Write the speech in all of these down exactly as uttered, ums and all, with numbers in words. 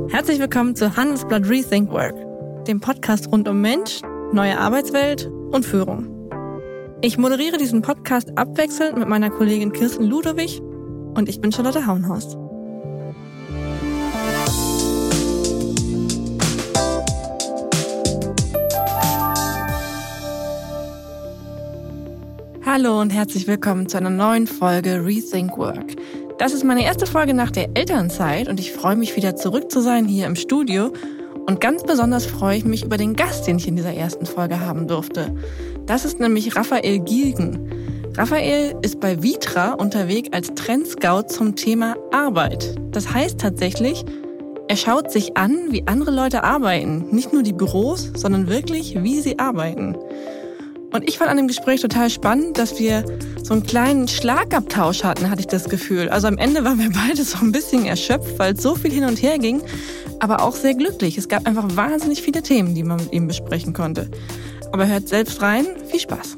Herzlich willkommen zu Handelsblatt Rethink Work, dem Podcast rund um Mensch, neue Arbeitswelt und Führung. Ich moderiere diesen Podcast abwechselnd mit meiner Kollegin Kirsten Ludowig und ich bin Charlotte Hauenhorst. Hallo und herzlich willkommen zu einer neuen Folge Rethink Work. Das ist meine erste Folge nach der Elternzeit und ich freue mich wieder zurück zu sein hier im Studio. Und ganz besonders freue ich mich über den Gast, den ich in dieser ersten Folge haben durfte. Das ist nämlich Raphael Gielgen. Raphael ist bei Vitra unterwegs als Trendscout zum Thema Arbeit. Das heißt tatsächlich, er schaut sich an, wie andere Leute arbeiten. Nicht nur die Büros, sondern wirklich, wie sie arbeiten. Und ich fand an dem Gespräch total spannend, dass wir so einen kleinen Schlagabtausch hatten, hatte ich das Gefühl. Also am Ende waren wir beide so ein bisschen erschöpft, weil es so viel hin und her ging, aber auch sehr glücklich. Es gab einfach wahnsinnig viele Themen, die man mit ihm besprechen konnte. Aber hört selbst rein, viel Spaß.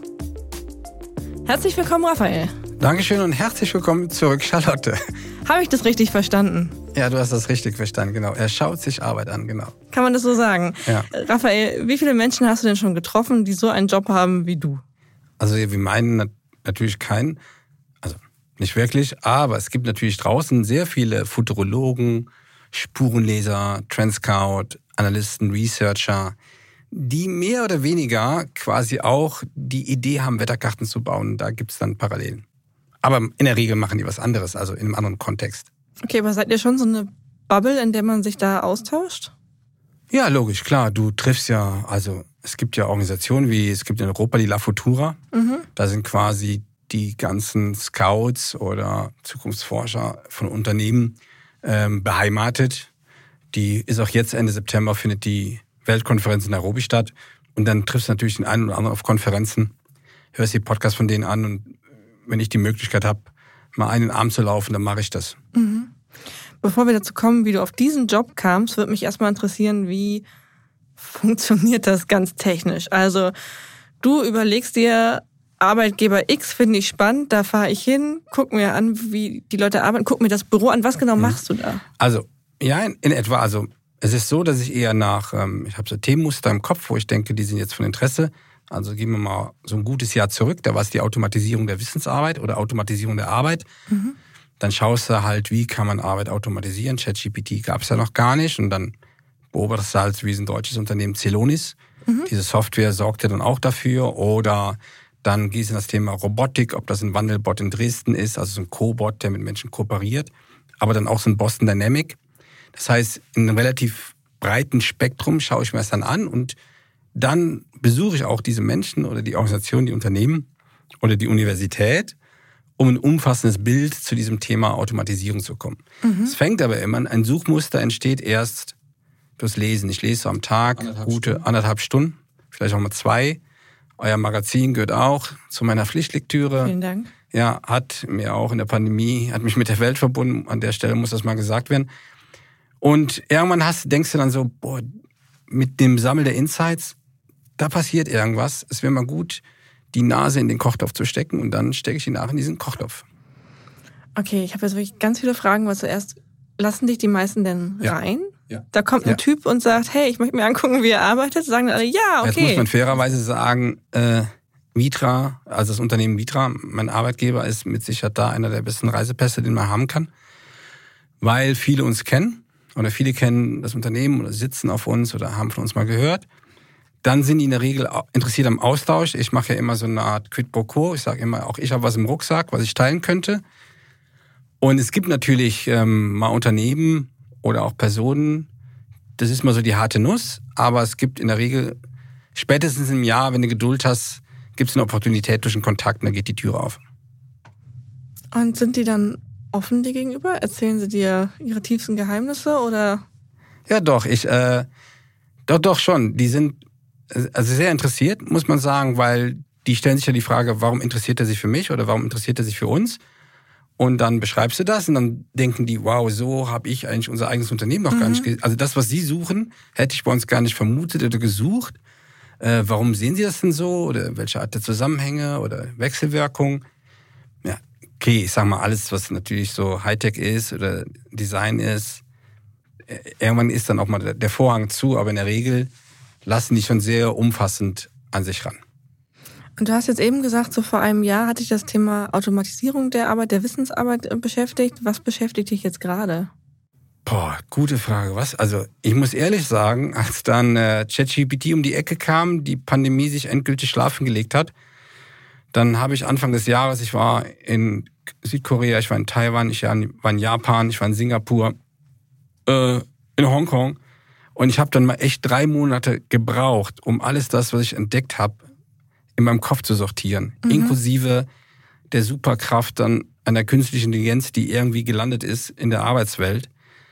Herzlich willkommen, Raphael. Dankeschön und herzlich willkommen zurück, Charlotte. Habe ich das richtig verstanden? Ja, du hast das richtig verstanden, genau. Er schaut sich Arbeit an, genau. Kann man das so sagen? Ja. Raphael, wie viele Menschen hast du denn schon getroffen, die so einen Job haben wie du? Also wir meinen natürlich keinen, also nicht wirklich, aber es gibt natürlich draußen sehr viele Futurologen, Spurenleser, Trendscout, Analysten, Researcher, die mehr oder weniger quasi auch die Idee haben, Wetterkarten zu bauen. Da gibt es dann Parallelen. Aber in der Regel machen die was anderes, also in einem anderen Kontext. Okay, aber seid ihr schon so eine Bubble, in der man sich da austauscht? Ja, logisch, klar. Du triffst ja, also es gibt ja Organisationen wie, es gibt in Europa die La Futura. Mhm. Da sind quasi die ganzen Scouts oder Zukunftsforscher von Unternehmen ähm, beheimatet. Die ist auch jetzt Ende September, findet die Weltkonferenz in Nairobi statt. Und dann triffst du natürlich den einen oder anderen auf Konferenzen, hörst die Podcasts von denen an und wenn ich die Möglichkeit habe, mal einen Arm zu laufen, dann mache ich das. Mhm. Bevor wir dazu kommen, wie du auf diesen Job kamst, würde mich erstmal interessieren, wie funktioniert das ganz technisch? Also du überlegst dir, Arbeitgeber X finde ich spannend, da fahre ich hin, guck mir an, wie die Leute arbeiten, guck mir das Büro an. Was genau machst du da? Also, ja, in, in etwa. Also es ist so, dass ich eher nach, ähm, ich habe so Themenmuster im Kopf, wo ich denke, die sind jetzt von Interesse. Also gehen wir mal so ein gutes Jahr zurück, da war es die Automatisierung der Wissensarbeit oder Automatisierung der Arbeit. Mhm. Dann schaust du halt, wie kann man Arbeit automatisieren. ChatGPT gab es ja noch gar nicht. Und dann beobachtest du halt, wie es ein deutsches Unternehmen Celonis. Mhm. Diese Software sorgt ja dann auch dafür. Oder dann gehst du in das Thema Robotik, ob das ein Wandelbot in Dresden ist, also so ein Cobot, der mit Menschen kooperiert. Aber dann auch so ein Boston Dynamic. Das heißt, in einem relativ breiten Spektrum schaue ich mir das dann an und dann besuche ich auch diese Menschen oder die Organisation, die Unternehmen oder die Universität, um ein umfassendes Bild zu diesem Thema Automatisierung zu kommen. Mhm. Es fängt aber immer an, ein Suchmuster entsteht erst durchs Lesen. Ich lese so am Tag anderthalb gute Stunden. anderthalb Stunden, vielleicht auch mal zwei. Euer Magazin gehört auch zu meiner Pflichtlektüre. Vielen Dank. Ja, hat mir auch in der Pandemie, hat mich mit der Welt verbunden. An der Stelle muss das mal gesagt werden. Und irgendwann hast, denkst du dann so, boah, mit dem Sammeln der Insights, da passiert irgendwas. Es wäre mal gut, die Nase in den Kochtopf zu stecken und dann stecke ich die Nase in diesen Kochtopf. Okay, ich habe jetzt wirklich ganz viele Fragen, weil zuerst, lassen dich die meisten denn ja. rein? Ja. Da kommt ein ja. Typ und sagt, hey, ich möchte mir angucken, wie er arbeitet. Sagen dann alle, ja, okay. Jetzt muss man fairerweise sagen, äh, Vitra, also das Unternehmen Vitra, mein Arbeitgeber, ist mit Sicherheit da einer der besten Reisepässe, den man haben kann, weil viele uns kennen oder viele kennen das Unternehmen oder sitzen auf uns oder haben von uns mal gehört. Dann sind die in der Regel interessiert am Austausch. Ich mache ja immer so eine Art Quid pro quo. Ich sage immer, auch ich habe was im Rucksack, was ich teilen könnte. Und es gibt natürlich ähm, mal Unternehmen oder auch Personen, das ist mal so die harte Nuss, aber es gibt in der Regel, spätestens im Jahr, wenn du Geduld hast, gibt es eine Opportunität durch einen Kontakt und dann geht die Tür auf. Und sind die dann offen dir gegenüber? Erzählen sie dir ihre tiefsten Geheimnisse oder? Ja doch, ich, äh, doch, doch schon. Die sind also sehr interessiert, muss man sagen, weil die stellen sich ja die Frage, warum interessiert er sich für mich oder warum interessiert er sich für uns? Und dann beschreibst du das und dann denken die, wow, so habe ich eigentlich unser eigenes Unternehmen noch mhm. gar nicht gesehen. Also das, was sie suchen, hätte ich bei uns gar nicht vermutet oder gesucht. Äh, warum sehen sie das denn so? Oder welche Art der Zusammenhänge oder Wechselwirkung? Ja, okay, ich sag mal, alles, was natürlich so Hightech ist oder Design ist, irgendwann ist dann auch mal der Vorhang zu, aber in der Regel lassen die schon sehr umfassend an sich ran. Und du hast jetzt eben gesagt, so vor einem Jahr hatte ich das Thema Automatisierung der Arbeit, der Wissensarbeit beschäftigt. Was beschäftigt dich jetzt gerade? Boah, gute Frage. Was? Also ich muss ehrlich sagen, als dann äh, ChatGPT um die Ecke kam, die Pandemie sich endgültig schlafen gelegt hat, dann habe ich Anfang des Jahres, ich war in Südkorea, ich war in Taiwan, ich war in Japan, ich war in Singapur, äh, in Hongkong. Und ich habe dann mal echt drei Monate gebraucht, um alles das, was ich entdeckt habe, in meinem Kopf zu sortieren. Mhm. Inklusive der Superkraft dann einer künstlichen Intelligenz, die irgendwie gelandet ist in der Arbeitswelt.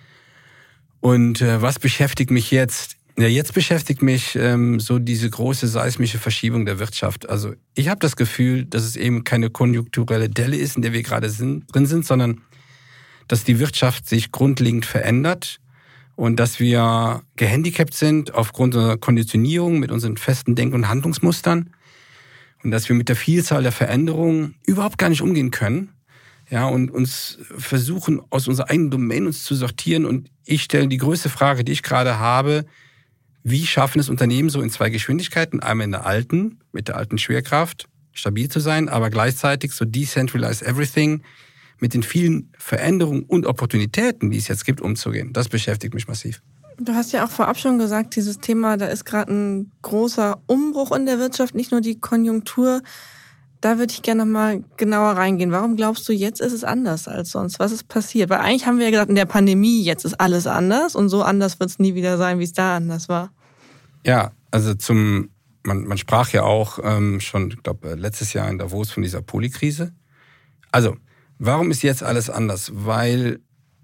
Und äh, was beschäftigt mich jetzt? Ja, jetzt beschäftigt mich ähm, so diese große seismische Verschiebung der Wirtschaft. Also ich habe das Gefühl, dass es eben keine konjunkturelle Delle ist, in der wir gerade sind, drin sind, sondern dass die Wirtschaft sich grundlegend verändert und dass wir gehandicapt sind aufgrund unserer Konditionierung mit unseren festen Denk- und Handlungsmustern und dass wir mit der Vielzahl der Veränderungen überhaupt gar nicht umgehen können. Ja, und uns versuchen, aus unserer eigenen Domain uns zu sortieren. Und ich stelle die größte Frage, die ich gerade habe, wie schaffen es Unternehmen so in zwei Geschwindigkeiten, einmal in der alten, mit der alten Schwerkraft, stabil zu sein, aber gleichzeitig so decentralize everything, mit den vielen Veränderungen und Opportunitäten, die es jetzt gibt, umzugehen. Das beschäftigt mich massiv. Du hast ja auch vorab schon gesagt, dieses Thema, da ist gerade ein großer Umbruch in der Wirtschaft, nicht nur die Konjunktur. Da würde ich gerne noch mal genauer reingehen. Warum glaubst du, jetzt ist es anders als sonst? Was ist passiert? Weil eigentlich haben wir ja gesagt, in der Pandemie, jetzt ist alles anders und so anders wird es nie wieder sein, wie es da anders war. Ja, also zum, man, man sprach ja auch ähm, schon, ich glaube, letztes Jahr in Davos von dieser Polykrise. Also, warum ist jetzt alles anders? Weil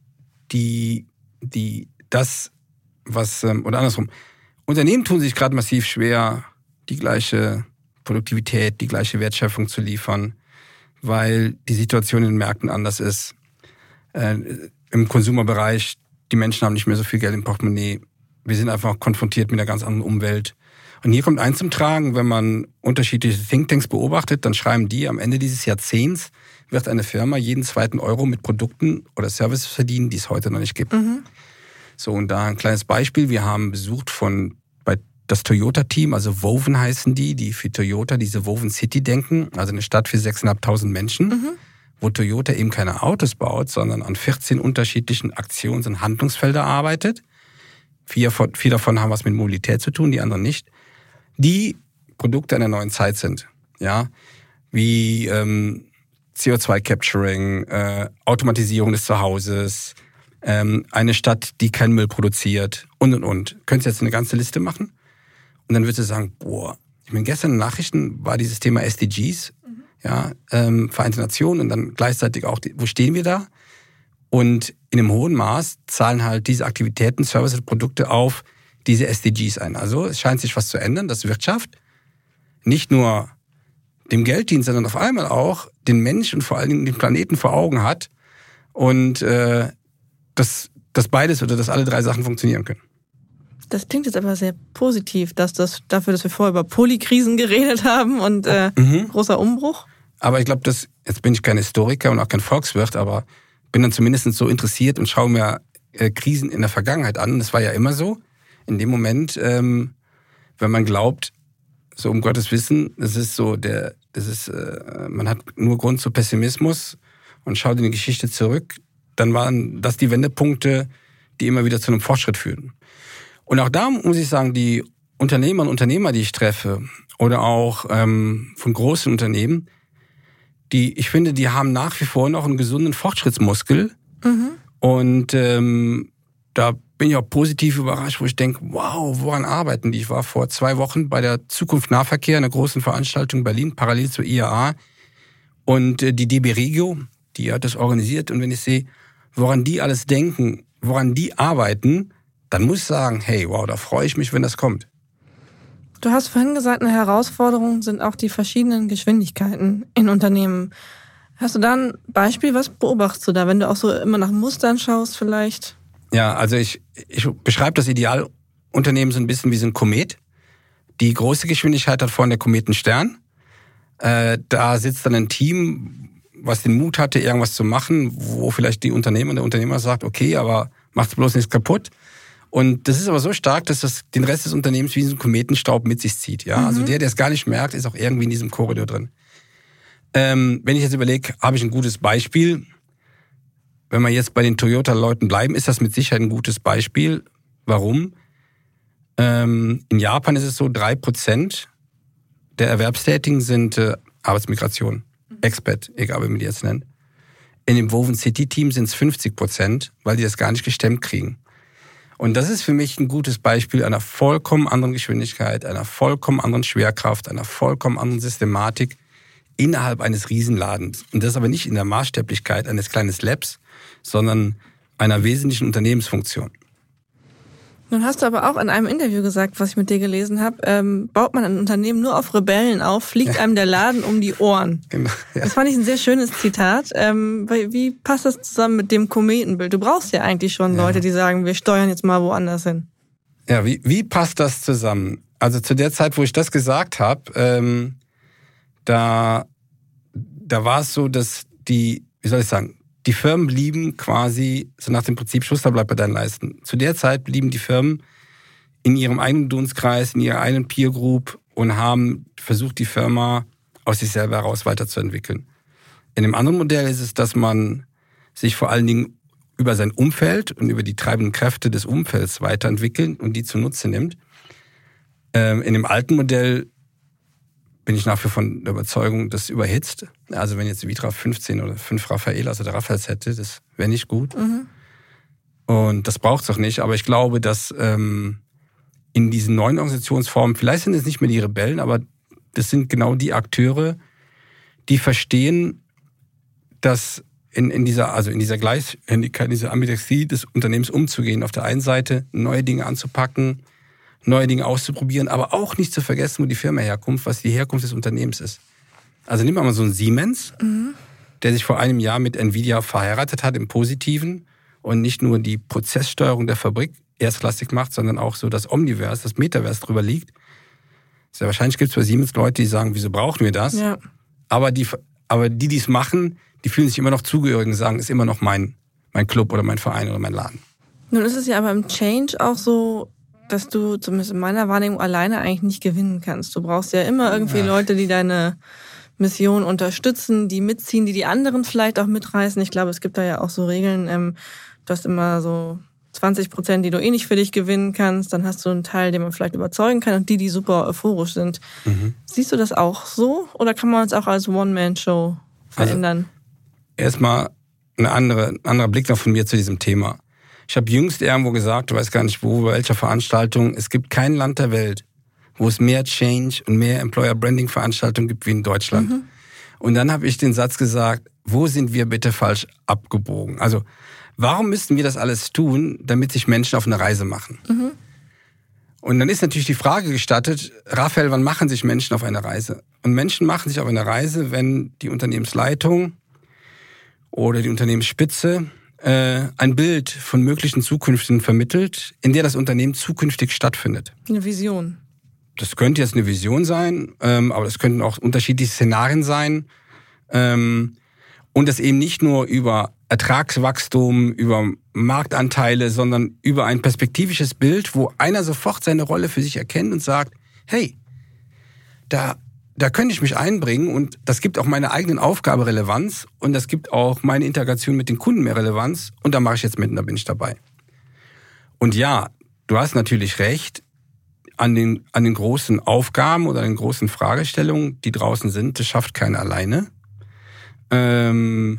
die, die, das, was, ähm, oder andersrum, Unternehmen tun sich gerade massiv schwer, die gleiche Produktivität, die gleiche Wertschöpfung zu liefern, weil die Situation in den Märkten anders ist. Äh, Im Konsumerbereich, die Menschen haben nicht mehr so viel Geld im Portemonnaie. Wir sind einfach konfrontiert mit einer ganz anderen Umwelt. Und hier kommt eins zum Tragen, wenn man unterschiedliche Thinktanks beobachtet, dann schreiben die, am Ende dieses Jahrzehnts wird eine Firma jeden zweiten Euro mit Produkten oder Services verdienen, die es heute noch nicht gibt. Mhm. So, und da ein kleines Beispiel. Wir haben besucht von bei das Toyota-Team, also Woven heißen die, die für Toyota diese Woven City denken, also eine Stadt für sechstausendfünfhundert Menschen, mhm. wo Toyota eben keine Autos baut, sondern an vierzehn unterschiedlichen Aktions- und Handlungsfelder arbeitet. Vier, vier davon haben was mit Mobilität zu tun, die anderen nicht. Die Produkte einer neuen Zeit sind, ja, wie ähm, C O zwei Capturing, äh, Automatisierung des Zuhauses, ähm, eine Stadt, die keinen Müll produziert und und und. Könntest du jetzt eine ganze Liste machen? Und dann würdest du sagen, boah, ich meine, gestern in den Nachrichten war dieses Thema S D Gs, mhm. ja, ähm, Vereinte Nationen und dann gleichzeitig auch, die, wo stehen wir da? Und in einem hohen Maß zahlen halt diese Aktivitäten, Services, Produkte auf diese S D Gs ein. Also es scheint sich was zu ändern, dass Wirtschaft nicht nur dem Geld dient, sondern auf einmal auch den Mensch und vor allen Dingen den Planeten vor Augen hat und äh, dass, dass beides oder dass alle drei Sachen funktionieren können. Das klingt jetzt aber sehr positiv, dass das dafür, dass wir vorher über Polykrisen geredet haben und äh, mhm. großer Umbruch. Aber ich glaube, dass jetzt bin ich kein Historiker und auch kein Volkswirt, aber bin dann zumindest so interessiert und schaue mir äh, Krisen in der Vergangenheit an. Das war ja immer so. In dem Moment, ähm, wenn man glaubt, so um Gottes Wissen, das ist so der, das ist, äh, man hat nur Grund zu Pessimismus und schaut in die Geschichte zurück, dann waren das die Wendepunkte, die immer wieder zu einem Fortschritt führen. Und auch da muss ich sagen, die Unternehmer und Unternehmer, die ich treffe, oder auch ähm, von großen Unternehmen, die, ich finde, die haben nach wie vor noch einen gesunden Fortschrittsmuskel. Mhm. Und ähm, da bin ich auch positiv überrascht, wo ich denke, wow, woran arbeiten die? Ich war vor zwei Wochen bei der Zukunft Nahverkehr, einer großen Veranstaltung in Berlin, parallel zur I A A. Und äh, die D B Regio, die hat das organisiert. Und wenn ich sehe, woran die alles denken, woran die arbeiten, dann muss ich sagen, hey, wow, da freue ich mich, wenn das kommt. Du hast vorhin gesagt, eine Herausforderung sind auch die verschiedenen Geschwindigkeiten in Unternehmen. Hast du da ein Beispiel? Was beobachtest du da, wenn du auch so immer nach Mustern schaust vielleicht? Ja, also ich, ich beschreibe das Idealunternehmen so ein bisschen wie so ein Komet. Die große Geschwindigkeit hat vorne der Kometenstern. Äh, da sitzt dann ein Team, was den Mut hatte, irgendwas zu machen, wo vielleicht die Unternehmer und der Unternehmer sagt, okay, aber macht's bloß nichts kaputt. Und das ist aber so stark, dass das den Rest des Unternehmens wie so ein Kometenstaub mit sich zieht. Ja? Mhm. Also der, der es gar nicht merkt, ist auch irgendwie in diesem Korridor drin. Ähm, wenn ich jetzt überlege, habe ich ein gutes Beispiel. Wenn wir jetzt bei den Toyota-Leuten bleiben, ist das mit Sicherheit ein gutes Beispiel. Warum? Ähm, in Japan ist es so, drei Prozent der Erwerbstätigen sind äh, Arbeitsmigration, Expat, egal wie man die jetzt nennt. In dem Woven City-Team sind es fünfzig Prozent, weil die das gar nicht gestemmt kriegen. Und das ist für mich ein gutes Beispiel einer vollkommen anderen Geschwindigkeit, einer vollkommen anderen Schwerkraft, einer vollkommen anderen Systematik innerhalb eines Riesenladens. Und das aber nicht in der Maßstäblichkeit eines kleinen Labs, sondern einer wesentlichen Unternehmensfunktion. Nun hast du aber auch in einem Interview gesagt, was ich mit dir gelesen habe, ähm, baut man ein Unternehmen nur auf Rebellen auf, fliegt ja. einem der Laden um die Ohren. Genau, ja. Das fand ich ein sehr schönes Zitat. Ähm, wie passt das zusammen mit dem Kometenbild? Du brauchst ja eigentlich schon ja. Leute, die sagen, wir steuern jetzt mal woanders hin. Ja, wie, wie passt das zusammen? Also zu der Zeit, wo ich das gesagt habe, ähm, da, da war es so, dass die, wie soll ich sagen, die Firmen blieben quasi so nach dem Prinzip Schuster bleibt bei deinen Leisten. Zu der Zeit blieben die Firmen in ihrem eigenen Dunstkreis, in ihrer eigenen Peer Group und haben versucht, die Firma aus sich selber heraus weiterzuentwickeln. In dem anderen Modell ist es, dass man sich vor allen Dingen über sein Umfeld und über die treibenden Kräfte des Umfelds weiterentwickelt und die zunutze nimmt. In dem alten Modell bin ich nach wie vor von der Überzeugung, das überhitzt. Also wenn jetzt Vitra fünfzehn oder fünf Raffaelas oder Raffaels hätte, das wäre nicht gut. Mhm. Und das braucht es auch nicht. Aber ich glaube, dass ähm, in diesen neuen Organisationsformen, vielleicht sind es nicht mehr die Rebellen, aber das sind genau die Akteure, die verstehen, dass in, in dieser, also in dieser Gleichhändigkeit, in dieser Ambidextrie des Unternehmens umzugehen, auf der einen Seite neue Dinge anzupacken, neue Dinge auszuprobieren, aber auch nicht zu vergessen, wo die Firma herkommt, was die Herkunft des Unternehmens ist. Also nehmen wir mal so einen Siemens, mhm. der sich vor einem Jahr mit Nvidia verheiratet hat im Positiven und nicht nur die Prozesssteuerung der Fabrik erstklassig macht, sondern auch so das Omniverse, das Metaverse drüber liegt. Sehr wahrscheinlich gibt es bei Siemens Leute, die sagen, wieso brauchen wir das? Ja. Aber die, aber die, die es machen, die fühlen sich immer noch zugehörig und sagen, ist immer noch mein, mein Club oder mein Verein oder mein Laden. Nun ist es ja aber im Change auch so, dass du zumindest in meiner Wahrnehmung alleine eigentlich nicht gewinnen kannst. Du brauchst ja immer irgendwie ja. Leute, die deine Mission unterstützen, die mitziehen, die die anderen vielleicht auch mitreißen. Ich glaube, es gibt da ja auch so Regeln. Ähm, du hast immer so zwanzig Prozent, die du eh nicht für dich gewinnen kannst. Dann hast du einen Teil, den man vielleicht überzeugen kann und die, die super euphorisch sind. Mhm. Siehst du das auch so? Oder kann man es auch als One-Man-Show verändern? Also, erstmal eine andere, ein anderer Blick noch von mir zu diesem Thema. Ich habe jüngst irgendwo gesagt, du weißt gar nicht wo, bei welcher Veranstaltung, es gibt kein Land der Welt, wo es mehr Change und mehr Employer-Branding-Veranstaltungen gibt wie in Deutschland. Mhm. Und dann habe ich den Satz gesagt, wo sind wir bitte falsch abgebogen? Also warum müssten wir das alles tun, damit sich Menschen auf eine Reise machen? Mhm. Und dann ist natürlich die Frage gestattet, Raphael, wann machen sich Menschen auf eine Reise? Und Menschen machen sich auf eine Reise, wenn die Unternehmensleitung oder die Unternehmensspitze äh, ein Bild von möglichen Zukünften vermittelt, in der das Unternehmen zukünftig stattfindet. Eine Vision. Das könnte jetzt eine Vision sein, ähm, aber das könnten auch unterschiedliche Szenarien sein. Ähm, und das eben nicht nur über Ertragswachstum, über Marktanteile, sondern über ein perspektivisches Bild, wo einer sofort seine Rolle für sich erkennt und sagt, hey, da, da könnte ich mich einbringen und das gibt auch meiner eigenen Aufgabe Relevanz und das gibt auch meine Integration mit den Kunden mehr Relevanz und da mache ich jetzt mit und da bin ich dabei. Und ja, du hast natürlich recht, an den, an den großen Aufgaben oder an den großen Fragestellungen, die draußen sind, das schafft keiner alleine. Ähm,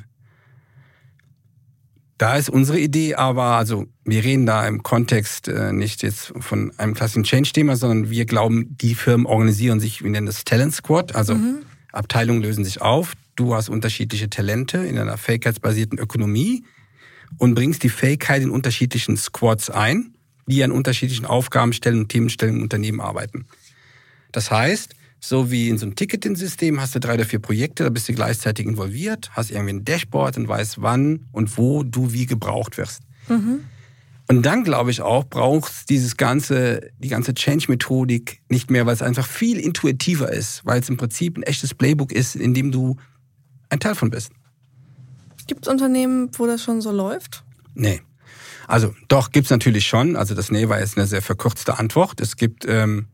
Da ist unsere Idee aber, also wir reden da im Kontext äh, nicht jetzt von einem klassischen Change-Thema, sondern wir glauben, die Firmen organisieren sich, wir nennen das Talent Squad, also mhm. Abteilungen lösen sich auf. Du hast unterschiedliche Talente in einer fähigkeitsbasierten Ökonomie und bringst die Fähigkeit in unterschiedlichen Squads ein, die an unterschiedlichen Aufgabenstellen und Themenstellen im Unternehmen arbeiten. Das heißt, so wie in so einem Ticketing-System hast du drei oder vier Projekte, da bist du gleichzeitig involviert, hast irgendwie ein Dashboard und weißt, wann und wo du wie gebraucht wirst. Mhm. Und dann, glaube ich auch, brauchst dieses ganze, die ganze Change-Methodik nicht mehr, weil es einfach viel intuitiver ist, weil es im Prinzip ein echtes Playbook ist, in dem du ein Teil von bist. Gibt es Unternehmen, wo das schon so läuft? Nee. Also doch, gibt's natürlich schon. Also das Nee war jetzt eine sehr verkürzte Antwort. Es gibt, ähm,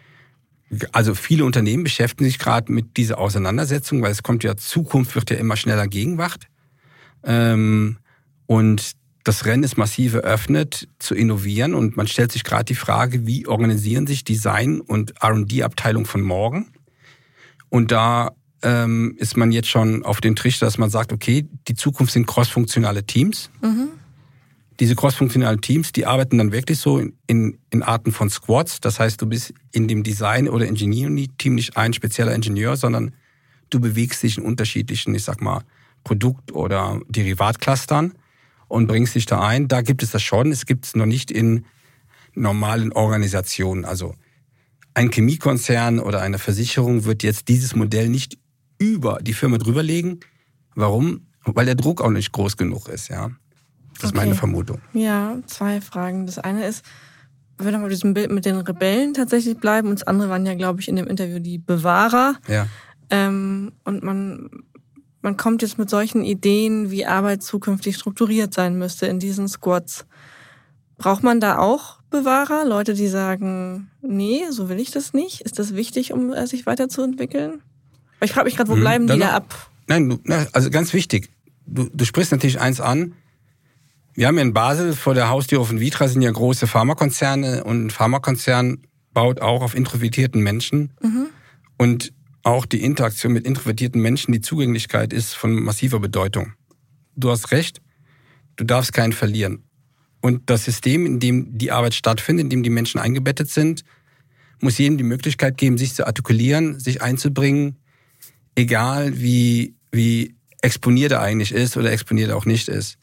also viele Unternehmen beschäftigen sich gerade mit dieser Auseinandersetzung, weil es kommt ja, Zukunft wird ja immer schneller Gegenwart. Ähm, und das Rennen ist massiv eröffnet, zu innovieren. Und man stellt sich gerade die Frage, wie organisieren sich Design- und R und D-Abteilung von morgen? Und da ähm, ist man jetzt schon auf den Trichter, dass man sagt, okay, die Zukunft sind crossfunktionale Teams. Mhm. Diese crossfunktionalen Teams, die arbeiten dann wirklich so in, in Arten von Squads. Das heißt, du bist in dem Design- oder Engineering-Team nicht ein spezieller Ingenieur, sondern du bewegst dich in unterschiedlichen, ich sag mal, Produkt- oder Derivatclustern und bringst dich da ein. Da gibt es das schon. Es gibt es noch nicht in normalen Organisationen. Also ein Chemiekonzern oder eine Versicherung wird jetzt dieses Modell nicht über die Firma drüberlegen. Warum? Weil der Druck auch nicht groß genug ist, ja. Das okay. ist meine Vermutung. Ja, zwei Fragen. Das eine ist, wenn wir nochmal bei diesem Bild mit den Rebellen tatsächlich bleiben, und das andere waren ja, glaube ich, in dem Interview die Bewahrer. Ja. Ähm, und man, man kommt jetzt mit solchen Ideen, wie Arbeit zukünftig strukturiert sein müsste in diesen Squads. Braucht man da auch Bewahrer? Leute, die sagen, nee, so will ich das nicht? Ist das wichtig, um sich weiterzuentwickeln? Ich frage mich gerade, wo hm, bleiben die noch, da ab? Nein, also ganz wichtig. Du, du sprichst natürlich eins an. Wir haben ja in Basel vor der Haustür von Vitra sind ja große Pharmakonzerne und ein Pharmakonzern baut auch auf introvertierten Menschen. Mhm. Und auch die Interaktion mit introvertierten Menschen, die Zugänglichkeit ist von massiver Bedeutung. Du hast recht, du darfst keinen verlieren. Und das System, in dem die Arbeit stattfindet, in dem die Menschen eingebettet sind, muss jedem die Möglichkeit geben, sich zu artikulieren, sich einzubringen, egal wie, wie exponiert er eigentlich ist oder exponiert er auch nicht ist.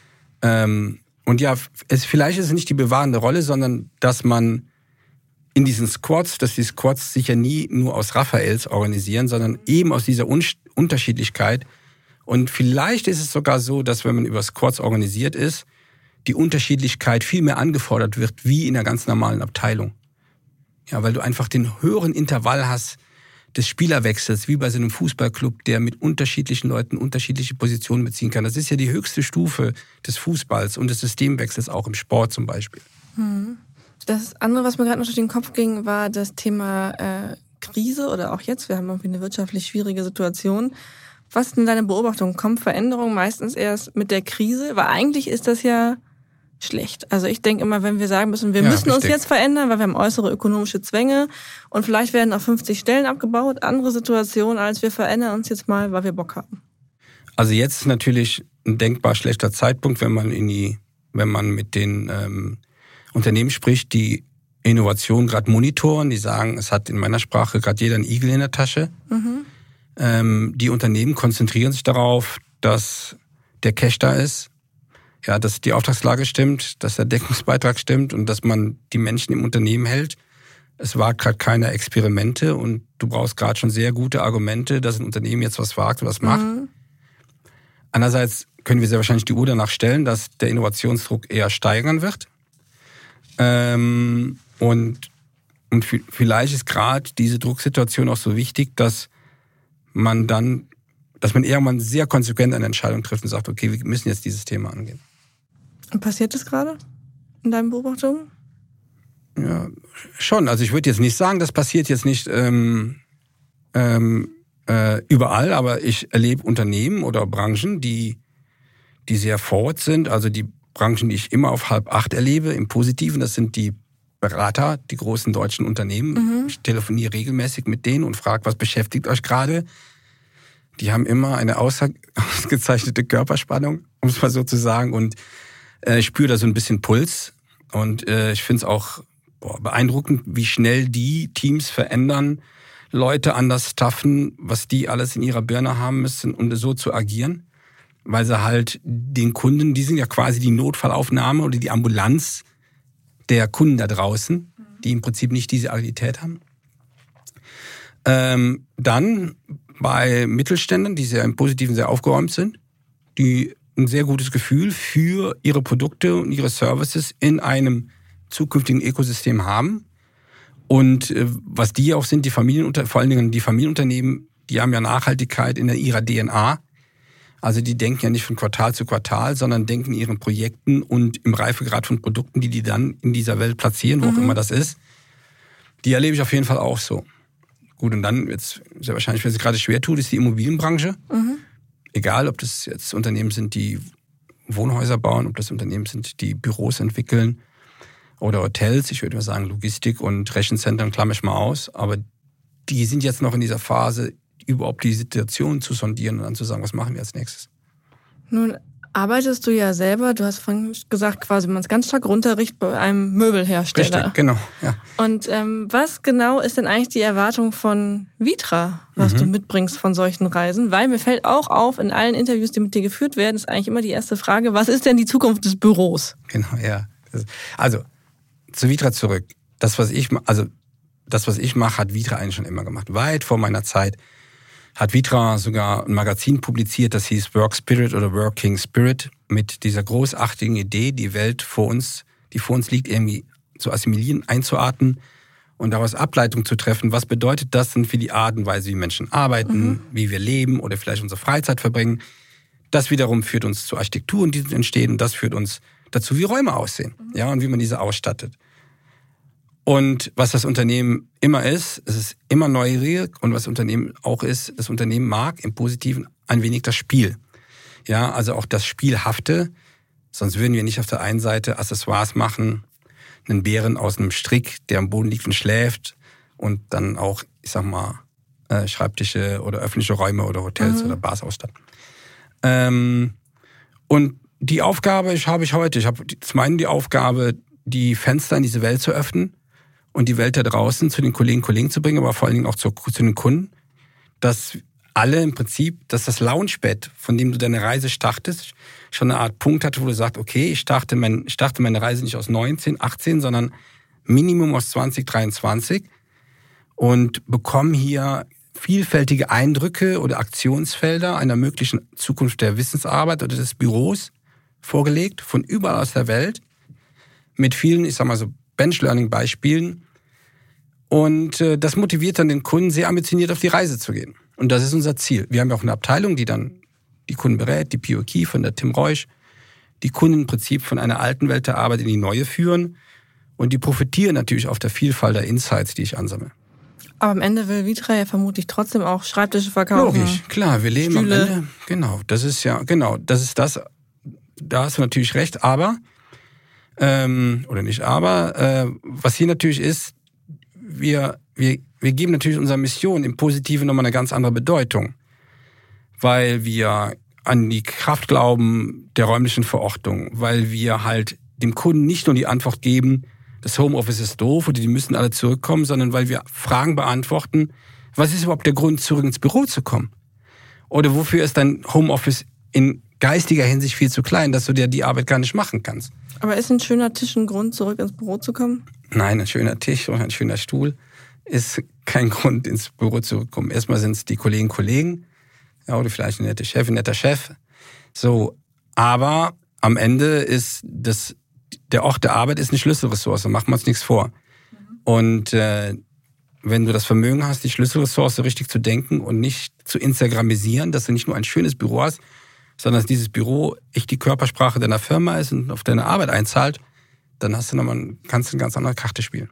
Ähm, und ja, es, vielleicht ist es nicht die bewahrende Rolle, sondern dass man in diesen Squads, dass die Squads sich ja nie nur aus Raphaels organisieren, sondern eben aus dieser Un- Unterschiedlichkeit. Und vielleicht ist es sogar so, dass wenn man über Squads organisiert ist, die Unterschiedlichkeit viel mehr angefordert wird, wie in einer ganz normalen Abteilung. Ja, weil du einfach den höheren Intervall hast des Spielerwechsels, wie bei so einem Fußballclub, der mit unterschiedlichen Leuten unterschiedliche Positionen beziehen kann. Das ist ja die höchste Stufe des Fußballs und des Systemwechsels, auch im Sport zum Beispiel. Das andere, was mir gerade noch durch den Kopf ging, war das Thema äh, Krise oder auch jetzt. Wir haben irgendwie eine wirtschaftlich schwierige Situation. Was ist denn deine Beobachtung? Kommt Veränderung meistens erst mit der Krise? Weil eigentlich ist das ja schlecht. Also ich denke immer, wenn wir sagen müssen, wir ja, müssen richtig. uns jetzt verändern, weil wir haben äußere ökonomische Zwänge und vielleicht werden auch fünfzig Stellen abgebaut, andere Situation, als wir verändern uns jetzt mal, weil wir Bock haben. Also jetzt ist natürlich ein denkbar schlechter Zeitpunkt, wenn man in die, wenn man mit den ähm, Unternehmen spricht, die Innovation gerade monitoren, die sagen, es hat in meiner Sprache gerade jeder einen Igel in der Tasche. Mhm. Ähm, die Unternehmen konzentrieren sich darauf, dass der Cash da ist, ja, dass die Auftragslage stimmt, dass der Deckungsbeitrag stimmt und dass man die Menschen im Unternehmen hält. Es wagt gerade keine Experimente und du brauchst gerade schon sehr gute Argumente, dass ein Unternehmen jetzt was wagt und was macht. Mhm. Andererseits können wir sehr wahrscheinlich die Uhr danach stellen, dass der Innovationsdruck eher steigern wird. Ähm, und, und vielleicht ist gerade diese Drucksituation auch so wichtig, dass man dann, dass man irgendwann sehr konsequent eine Entscheidung trifft und sagt, okay, wir müssen jetzt dieses Thema angehen. Und passiert das gerade in deinen Beobachtungen? Ja, schon. Also ich würde jetzt nicht sagen, das passiert jetzt nicht ähm, ähm, äh, überall, aber ich erlebe Unternehmen oder Branchen, die, die sehr forward sind. Also die Branchen, die ich immer auf halb acht erlebe, im Positiven, das sind die Berater, die großen deutschen Unternehmen. Mhm. Ich telefoniere regelmäßig mit denen und frage, was beschäftigt euch gerade? Die haben immer eine ausgezeichnete Körperspannung, um es mal so zu sagen. Und äh, ich spüre da so ein bisschen Puls. Und äh, ich finde es auch boah, beeindruckend, wie schnell die Teams verändern, Leute anders staffen, was die alles in ihrer Birne haben müssen, um so zu agieren. Weil sie halt den Kunden, die sind ja quasi die Notfallaufnahme oder die Ambulanz der Kunden da draußen, die im Prinzip nicht diese Agilität haben. Ähm, dann bei Mittelständern, die sehr im Positiven sehr aufgeräumt sind, die ein sehr gutes Gefühl für ihre Produkte und ihre Services in einem zukünftigen Ökosystem haben. Und äh, was die auch sind, die Familienunter- vor allen Dingen die Familienunternehmen, die haben ja Nachhaltigkeit in ihrer D N A. Also die denken ja nicht von Quartal zu Quartal, sondern denken in ihren Projekten und im Reifegrad von Produkten, die die dann in dieser Welt platzieren, wo mhm. auch immer das ist. Die erlebe ich auf jeden Fall auch so. Gut, und dann, jetzt sehr wahrscheinlich, wer sich gerade schwer tut, ist die Immobilienbranche. Mhm. Egal, ob das jetzt Unternehmen sind, die Wohnhäuser bauen, ob das Unternehmen sind, die Büros entwickeln oder Hotels. Ich würde mal sagen, Logistik und Rechenzentren klammere ich mal aus. Aber die sind jetzt noch in dieser Phase, überhaupt die Situation zu sondieren und dann zu sagen, was machen wir als nächstes. Nun arbeitest du ja selber, du hast vorhin gesagt, quasi man es ganz stark runterrichtet bei einem Möbelhersteller. Richtig, genau. Ja. Und ähm, was genau ist denn eigentlich die Erwartung von Vitra, was mhm. du mitbringst von solchen Reisen? Weil mir fällt auch auf, in allen Interviews, die mit dir geführt werden, ist eigentlich immer die erste Frage, was ist denn die Zukunft des Büros? Genau, ja. Also, zu Vitra zurück. Das, was ich, also, das, was ich mache, hat Vitra eigentlich schon immer gemacht. Weit vor meiner Zeit hat Vitra sogar ein Magazin publiziert, das hieß Work Spirit oder Working Spirit, mit dieser großartigen Idee, die Welt vor uns, die vor uns liegt, irgendwie zu assimilieren, einzuatmen und daraus Ableitung zu treffen. Was bedeutet das denn für die Art und Weise, wie Menschen arbeiten, mhm. wie wir leben oder vielleicht unsere Freizeit verbringen? Das wiederum führt uns zu Architekturen, die entstehen, und das führt uns dazu, wie Räume aussehen, mhm. ja, und wie man diese ausstattet. Und was das Unternehmen immer ist, es ist immer neugierig, und was das Unternehmen auch ist, das Unternehmen mag im Positiven ein wenig das Spiel. Ja, also auch das Spielhafte, sonst würden wir nicht auf der einen Seite Accessoires machen, einen Bären aus einem Strick, der am Boden liegt und schläft, und dann auch, ich sag mal, äh, Schreibtische oder öffentliche Räume oder Hotels mhm. oder Bars ausstatten. Ähm, und die Aufgabe ich habe ich heute, ich habe zum einen die Aufgabe, die Fenster in diese Welt zu öffnen, und die Welt da draußen zu den Kollegen Kollegen zu bringen, aber vor allen Dingen auch zu, zu den Kunden, dass alle im Prinzip, dass das Launchpad, von dem du deine Reise startest, schon eine Art Punkt hatte, wo du sagst, okay, ich starte, mein, ich starte meine Reise nicht aus neunzehn, achtzehn, sondern Minimum aus zwanzig dreiundzwanzig und bekomme hier vielfältige Eindrücke oder Aktionsfelder einer möglichen Zukunft der Wissensarbeit oder des Büros vorgelegt, von überall aus der Welt, mit vielen, ich sag mal so, Bench-Learning-Beispielen. Und äh, das motiviert dann den Kunden, sehr ambitioniert auf die Reise zu gehen. Und das ist unser Ziel. Wir haben ja auch eine Abteilung, die dann die Kunden berät, die P O Key von der Tim Reusch, die Kunden im Prinzip von einer alten Welt der Arbeit in die neue führen. Und die profitieren natürlich auf der Vielfalt der Insights, die ich ansammle. Aber am Ende will Vitra ja vermutlich trotzdem auch Schreibtische verkaufen. Logisch, klar, wir leben Stühle. Am Ende. Genau, das ist ja, genau, das ist das. Da hast du natürlich recht, aber Ähm, oder nicht, aber äh, was hier natürlich ist, wir, wir, wir geben natürlich unserer Mission im Positiven nochmal eine ganz andere Bedeutung, weil wir an die Kraft glauben der räumlichen Verortung, weil wir halt dem Kunden nicht nur die Antwort geben, das Homeoffice ist doof oder die müssen alle zurückkommen, sondern weil wir Fragen beantworten, was ist überhaupt der Grund, zurück ins Büro zu kommen? Oder wofür ist dein Homeoffice in geistiger Hinsicht viel zu klein, dass du dir die Arbeit gar nicht machen kannst? Aber ist ein schöner Tisch ein Grund, zurück ins Büro zu kommen? Nein, ein schöner Tisch oder ein schöner Stuhl ist kein Grund, ins Büro zu kommen. Erstmal sind es die Kollegen, Kollegen, ja, oder vielleicht eine nette Chefin, ein netter Chef. So, aber am Ende ist das, der Ort der Arbeit ist eine Schlüsselressource, machen wir uns nichts vor. Mhm. Und äh, wenn du das Vermögen hast, die Schlüsselressource richtig zu denken und nicht zu instagramisieren, dass du nicht nur ein schönes Büro hast, sondern dass dieses Büro echt die Körpersprache deiner Firma ist und auf deine Arbeit einzahlt, dann hast du nochmal, kannst du eine ganz andere Karte spielen.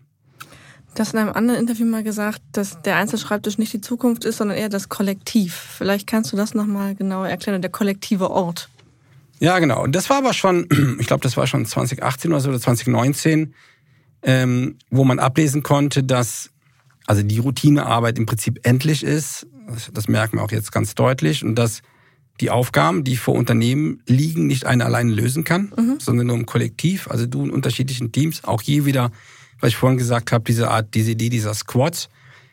Du hast in einem anderen Interview mal gesagt, dass der Einzelschreibtisch nicht die Zukunft ist, sondern eher das Kollektiv. Vielleicht kannst du das nochmal genauer erklären, der kollektive Ort. Ja, genau. Und das war aber schon, ich glaube, das war schon zwanzig achtzehn oder so, oder zwanzig neunzehn, ähm, wo man ablesen konnte, dass also die Routinearbeit im Prinzip endlich ist. Das, das merken wir auch jetzt ganz deutlich. Und dass die Aufgaben, die vor Unternehmen liegen, nicht einer alleine lösen kann, mhm. sondern nur im Kollektiv. Also du in unterschiedlichen Teams, auch hier wieder, was ich vorhin gesagt habe, diese Art, diese Idee dieser Squads.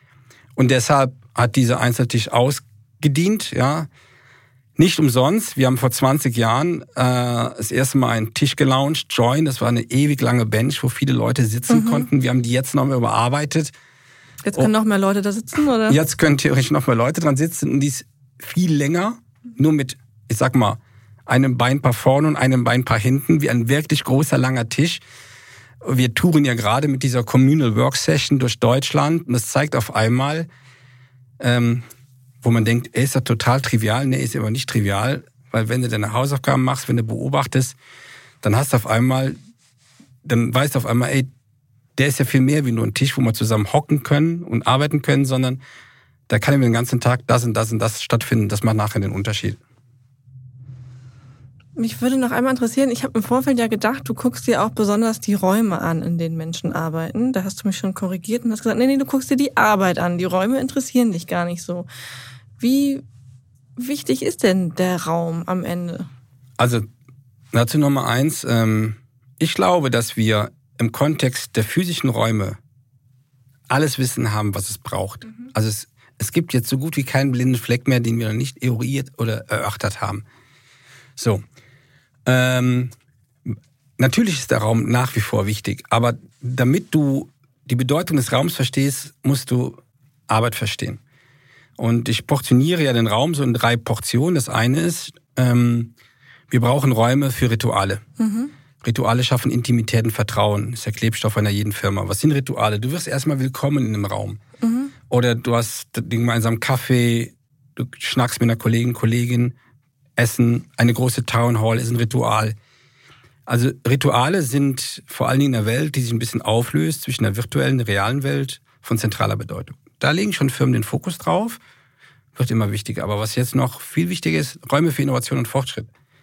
Und deshalb hat dieser Einzeltisch ausgedient, ja. Nicht umsonst. Wir haben vor zwanzig Jahren äh, das erste Mal einen Tisch gelauncht, Join. Das war eine ewig lange Bench, wo viele Leute sitzen mhm. konnten. Wir haben die jetzt nochmal überarbeitet. Jetzt können oh. noch mehr Leute da sitzen, oder? Jetzt können theoretisch noch mehr Leute dran sitzen. Und die ist viel länger, nur mit, ich sag mal, einem Beinpaar vorne und einem Beinpaar hinten, wie ein wirklich großer, langer Tisch. Wir touren ja gerade mit dieser Communal Work Session durch Deutschland. Und das zeigt auf einmal, ähm, wo man denkt, ey, ist das total trivial? Nee, ist aber nicht trivial. weil wenn du deine Hausaufgaben machst, wenn du beobachtest, dann hast du auf einmal, dann weißt du auf einmal, ey, der ist ja viel mehr wie nur ein Tisch, wo wir zusammen hocken können und arbeiten können, sondern da kann eben den ganzen Tag das und das und das stattfinden. Das macht nachher den Unterschied. Mich würde noch einmal interessieren, ich habe im Vorfeld ja gedacht, du guckst dir auch besonders die Räume an, in denen Menschen arbeiten. Da hast du mich schon korrigiert und hast gesagt, nee, nee, du guckst dir die Arbeit an. Die Räume interessieren dich gar nicht so. Wie wichtig ist denn der Raum am Ende? Also dazu Nummer eins, ähm, ich glaube, dass wir im Kontext der physischen Räume alles Wissen haben, was es braucht. Mhm. Also es, es gibt jetzt so gut wie keinen blinden Fleck mehr, den wir noch nicht eruiert oder erörtert haben. So. Ähm, natürlich ist der Raum nach wie vor wichtig, aber damit du die Bedeutung des Raums verstehst, musst du Arbeit verstehen. Und ich portioniere ja den Raum so in drei Portionen. Das eine ist, ähm, wir brauchen Räume für Rituale. Mhm. Rituale schaffen Intimität und Vertrauen. Das ist der Klebstoff einer jeden Firma. Was sind Rituale? Du wirst erstmal willkommen in einem Raum. Mhm. Oder du hast den gemeinsamen Kaffee, du schnackst mit einer Kollegin, Kollegin, Essen, eine große Town Hall ist ein Ritual. Also Rituale sind vor allen Dingen in einer Welt, die sich ein bisschen auflöst zwischen der virtuellen und der realen Welt, von zentraler Bedeutung. Da legen schon Firmen den Fokus drauf, wird immer wichtiger. Aber was jetzt noch viel wichtiger ist, Räume für Innovation und Fortschritt.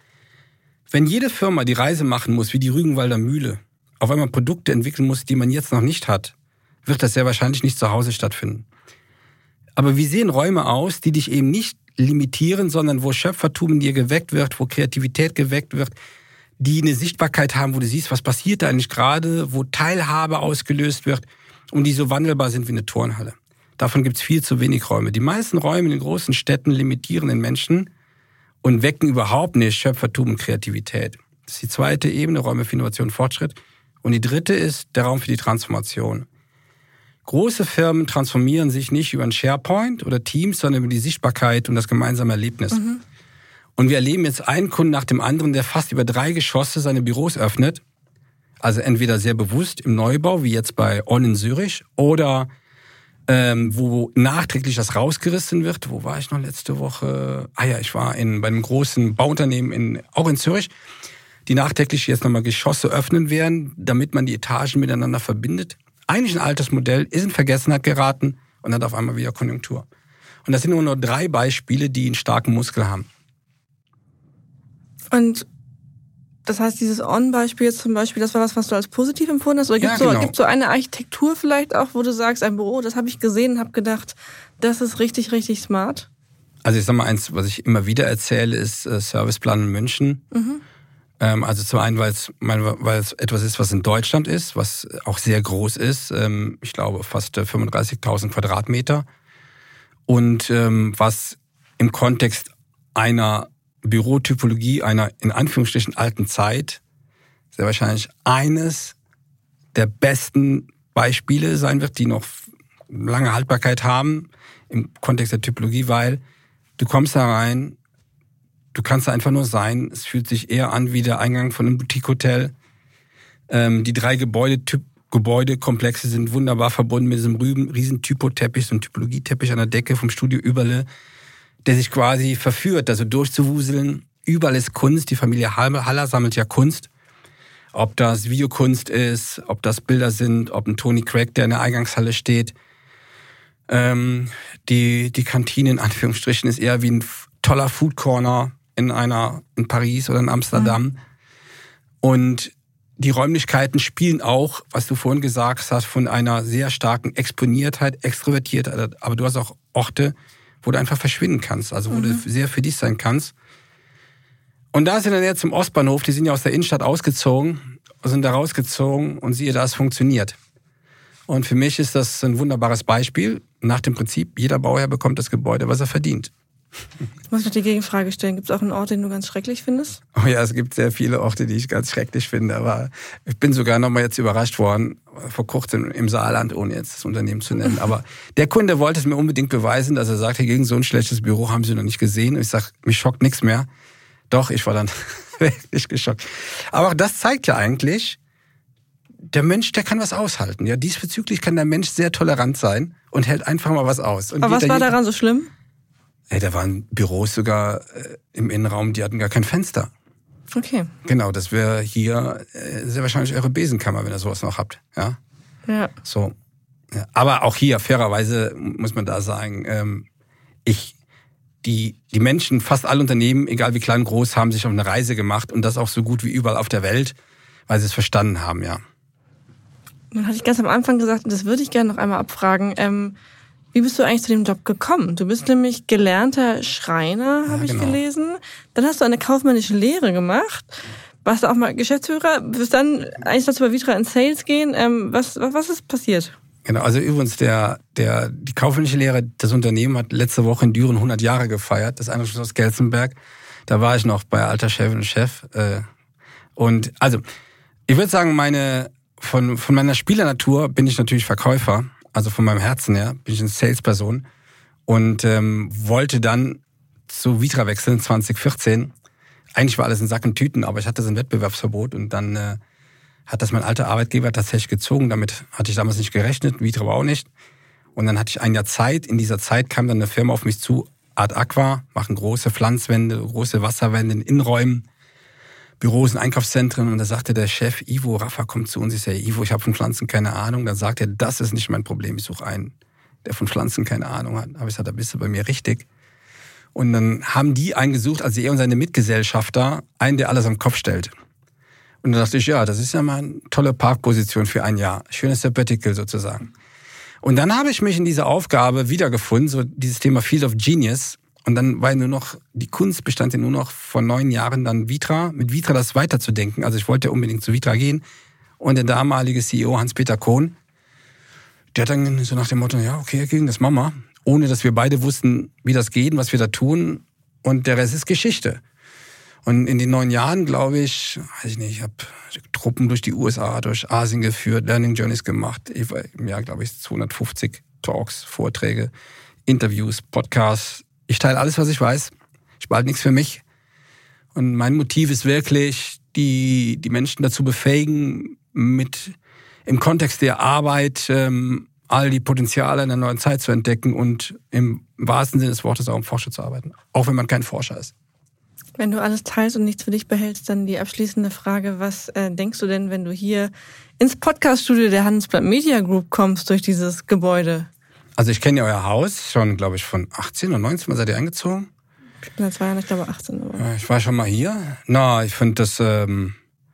Wenn jede Firma die Reise machen muss, wie die Rügenwalder Mühle, auf einmal Produkte entwickeln muss, die man jetzt noch nicht hat, wird das sehr wahrscheinlich nicht zu Hause stattfinden. Aber wie sehen Räume aus, die dich eben nicht limitieren, sondern wo Schöpfertum in dir geweckt wird, wo Kreativität geweckt wird, die eine Sichtbarkeit haben, wo du siehst, was passiert da eigentlich gerade, wo Teilhabe ausgelöst wird und die so wandelbar sind wie eine Turnhalle. Davon gibt es viel zu wenig Räume. Die meisten Räume in den großen Städten limitieren den Menschen und wecken überhaupt nicht Schöpfertum und Kreativität. Das ist die zweite Ebene, Räume für Innovation und Fortschritt. Und die dritte ist der Raum für die Transformation. Große Firmen transformieren sich nicht über ein SharePoint oder Teams, sondern über die Sichtbarkeit und das gemeinsame Erlebnis. Mhm. Und wir erleben jetzt einen Kunden nach dem anderen, der fast über drei Geschosse seine Büros öffnet. Also entweder sehr bewusst im Neubau, wie jetzt bei On in Zürich, oder ähm, wo nachträglich das rausgerissen wird. Wo war ich noch letzte Woche? Ah ja, ich war in, bei einem großen Bauunternehmen in, auch in Zürich, die nachträglich jetzt nochmal Geschosse öffnen werden, damit man die Etagen miteinander verbindet. Eigentlich ein altes Modell, ist in Vergessenheit geraten und hat auf einmal wieder Konjunktur. Und das sind nur nur drei Beispiele, die einen starken Muskel haben. Und das heißt, dieses On-Beispiel jetzt zum Beispiel, das war was, was du als positiv empfunden hast? Oder gibt es ja, so, genau. gibt's so eine Architektur vielleicht auch, wo du sagst, ein Büro, das habe ich gesehen und habe gedacht, das ist richtig, richtig smart? Also ich sag mal eins, was ich immer wieder erzähle, ist äh, Serviceplan in München. Mhm. Ähm, also zum einen, weil es, weil es etwas ist, was in Deutschland ist, was auch sehr groß ist. Ähm, ich glaube fast fünfunddreißigtausend Quadratmeter. Und ähm, was im Kontext einer Bürotypologie einer in Anführungsstrichen alten Zeit sehr wahrscheinlich eines der besten Beispiele sein wird, die noch lange Haltbarkeit haben im Kontext der Typologie, weil du kommst da rein, du kannst da einfach nur sein, es fühlt sich eher an wie der Eingang von einem Boutique-Hotel. Ähm, die drei Gebäude, Typ, Gebäudekomplexe sind wunderbar verbunden mit diesem riesen Typoteppich, so ein Typologieteppich an der Decke vom Studio Überle, der sich quasi verführt, also durchzuwuseln. Überall ist Kunst, die Familie Haller sammelt ja Kunst. Ob das Videokunst ist, ob das Bilder sind, ob ein Tony Craig, der in der Eingangshalle steht. Ähm, die, die Kantine in Anführungsstrichen ist eher wie ein toller Food Corner in einer, in Paris oder in Amsterdam. Mhm. Und die Räumlichkeiten spielen auch, was du vorhin gesagt hast, von einer sehr starken Exponiertheit, Extrovertiertheit. Aber du hast auch Orte, wo du einfach verschwinden kannst, also wo mhm. du sehr für dich sein kannst. Und da sind dann jetzt im Ostbahnhof, die sind ja aus der Innenstadt ausgezogen, sind da rausgezogen und siehe, da es funktioniert. Und für mich ist das ein wunderbares Beispiel, nach dem Prinzip, jeder Bauherr bekommt das Gebäude, was er verdient. Ich muss noch die Gegenfrage stellen, gibt es auch einen Ort, den du ganz schrecklich findest? Oh ja, es gibt sehr viele Orte, die ich ganz schrecklich finde, aber ich bin sogar noch mal jetzt überrascht worden, vor kurzem im Saarland, ohne jetzt das Unternehmen zu nennen. Aber der Kunde wollte es mir unbedingt beweisen, dass er sagt, gegen so ein schlechtes Büro haben sie noch nicht gesehen. Und ich sage, mich schockt nichts mehr. Doch, ich war dann wirklich geschockt. Aber auch das zeigt ja eigentlich, der Mensch, der kann was aushalten. Ja, diesbezüglich kann der Mensch sehr tolerant sein und hält einfach mal was aus. Und aber was war daran so schlimm? Ey, da waren Büros sogar äh, im Innenraum, die hatten gar kein Fenster. Okay. Genau, das wäre hier äh, sehr wahrscheinlich eure Besenkammer, wenn ihr sowas noch habt. Ja. Ja. So. Ja. Aber auch hier, fairerweise, muss man da sagen, ähm, ich, die, die Menschen, fast alle Unternehmen, egal wie klein, groß, haben sich auf eine Reise gemacht und das auch so gut wie überall auf der Welt, weil sie es verstanden haben, ja. Dann hatte ich ganz am Anfang gesagt, und das würde ich gerne noch einmal abfragen, ähm, wie bist du eigentlich zu dem Job gekommen? Du bist nämlich gelernter Schreiner, habe ja, ich genau. gelesen. Dann hast du eine kaufmännische Lehre gemacht. Warst du auch mal Geschäftsführer? Bist dann eigentlich dazu bei Vitra in Sales gehen. Ähm, was, was, was ist passiert? Genau, also übrigens, der, der, die kaufmännische Lehre, das Unternehmen hat letzte Woche in Düren hundert Jahre gefeiert. Das Einrichtung aus Gelsenberg. Da war ich noch bei alter Chefin und Chef. Äh, und also, ich würde sagen, meine, von, von meiner Spielernatur bin ich natürlich Verkäufer. Also von meinem Herzen her bin ich eine Salesperson und ähm, wollte dann zu Vitra wechseln zwanzig vierzehn. Eigentlich war alles in Sack und Tüten, aber ich hatte so ein Wettbewerbsverbot und dann äh, hat das mein alter Arbeitgeber tatsächlich gezogen. Damit hatte ich damals nicht gerechnet, Vitra aber auch nicht. Und dann hatte ich ein Jahr Zeit. In dieser Zeit kam dann eine Firma auf mich zu, Art Aqua, machen große Pflanzwände, große Wasserwände in Innenräumen, Büros und Einkaufszentren. Und da sagte der Chef, Ivo, Rafa kommt zu uns. Ich sage, Ivo, ich habe von Pflanzen keine Ahnung. Dann sagt er, das ist nicht mein Problem. Ich suche einen, der von Pflanzen keine Ahnung hat. Aber ich sagte, da bist du bei mir richtig. Und dann haben die einen gesucht, also er und seine Mitgesellschafter, einen, der alles am Kopf stellt. Und dann dachte ich, ja, das ist ja mal eine tolle Parkposition für ein Jahr. Schönes Sabbatical sozusagen. Und dann habe ich mich in dieser Aufgabe wiedergefunden, so dieses Thema Field of Genius. Und dann war nur noch, die Kunst bestand ja nur noch vor neun Jahren dann Vitra, mit Vitra das weiterzudenken. Also ich wollte unbedingt zu Vitra gehen. Und der damalige C E O Hans-Peter Kohn, der hat dann so nach dem Motto, ja, okay, gegen das machen wir. Ohne dass wir beide wussten, wie das geht und was wir da tun. Und der Rest ist Geschichte. Und in den neun Jahren, glaube ich, weiß ich nicht, ich habe Truppen durch die U S A, durch Asien geführt, Learning Journeys gemacht. Ich war im Jahr, glaube ich, zweihundertfünfzig Talks, Vorträge, Interviews, Podcasts. Ich teile alles, was ich weiß. Ich behalte nichts für mich. Und mein Motiv ist wirklich, die, die Menschen dazu befähigen, mit im Kontext der Arbeit ähm, all die Potenziale in der neuen Zeit zu entdecken und im wahrsten Sinne des Wortes auch um Forscher zu arbeiten. Auch wenn man kein Forscher ist. Wenn du alles teilst und nichts für dich behältst, dann die abschließende Frage, was äh, denkst du denn, wenn du hier ins Podcaststudio der Handelsblatt Media Group kommst durch dieses Gebäude? Also ich kenne ja euer Haus schon, glaube ich, von achtzehn oder neunzehn, wann seid ihr eingezogen? Ich bin seit zwei Jahren, ich glaube achtzehn. Aber. Ich war schon mal hier. Na, ich finde das, ähm,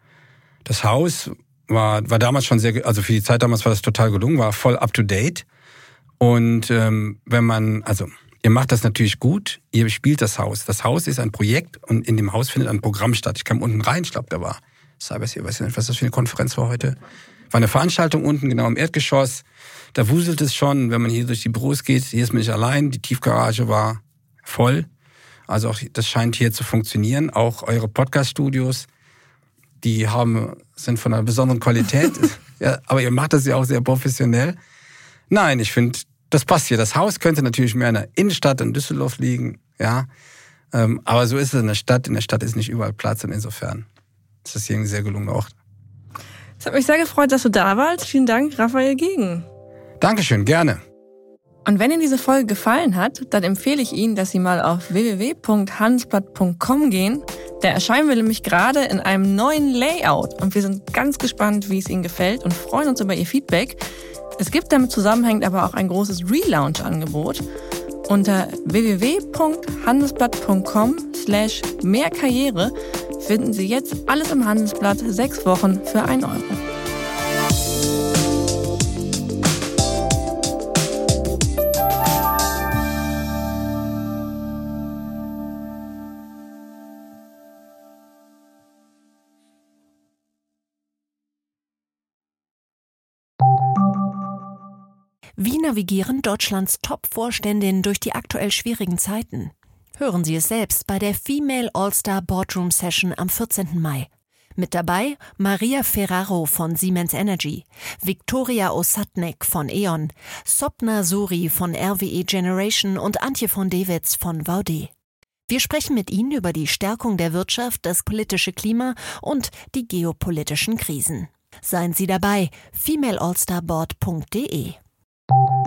das Haus war, war damals schon sehr, also für die Zeit damals war das total gelungen, war voll up to date. Und ähm, wenn man, also ihr macht das natürlich gut, ihr spielt das Haus. Das Haus ist ein Projekt und in dem Haus findet ein Programm statt. Ich kam unten rein, ich glaube, da war Cyber, ich weiß nicht, was das für eine Konferenz war heute. War eine Veranstaltung unten, genau im Erdgeschoss. Da wuselt es schon, wenn man hier durch die Büros geht. Hier ist man nicht allein, die Tiefgarage war voll. Also auch das scheint hier zu funktionieren. Auch eure Podcast-Studios, die haben, sind von einer besonderen Qualität. Ja, aber ihr macht das ja auch sehr professionell. Nein, ich finde, das passt hier. Das Haus könnte natürlich mehr in der Innenstadt in Düsseldorf liegen, ja. Ähm, aber so ist es in der Stadt. In der Stadt ist nicht überall Platz und insofern ist das hier ein sehr gelungener Ort. Es hat mich sehr gefreut, dass du da warst. Vielen Dank, Raphael Gegen. Dankeschön, gerne. Und wenn Ihnen diese Folge gefallen hat, dann empfehle ich Ihnen, dass Sie mal auf w w w punkt handelsblatt punkt com gehen. Da erscheinen wir nämlich gerade in einem neuen Layout und wir sind ganz gespannt, wie es Ihnen gefällt und freuen uns über Ihr Feedback. Es gibt damit zusammenhängend aber auch ein großes Relaunch-Angebot. Unter w w w punkt handelsblatt punkt com slash mehr Karriere finden Sie jetzt alles im Handelsblatt sechs Wochen für einen Euro. Wie navigieren Deutschlands Top-Vorständinnen durch die aktuell schwierigen Zeiten? Hören Sie es selbst bei der Female All-Star Boardroom Session am vierzehnten Mai. Mit dabei Maria Ferraro von Siemens Energy, Viktoria Osatnek von E.ON, Sopna Suri von R W E Generation und Antje von Dewitz von Vaude. Wir sprechen mit Ihnen über die Stärkung der Wirtschaft, das politische Klima und die geopolitischen Krisen. Seien Sie dabei, female all star board punkt d e.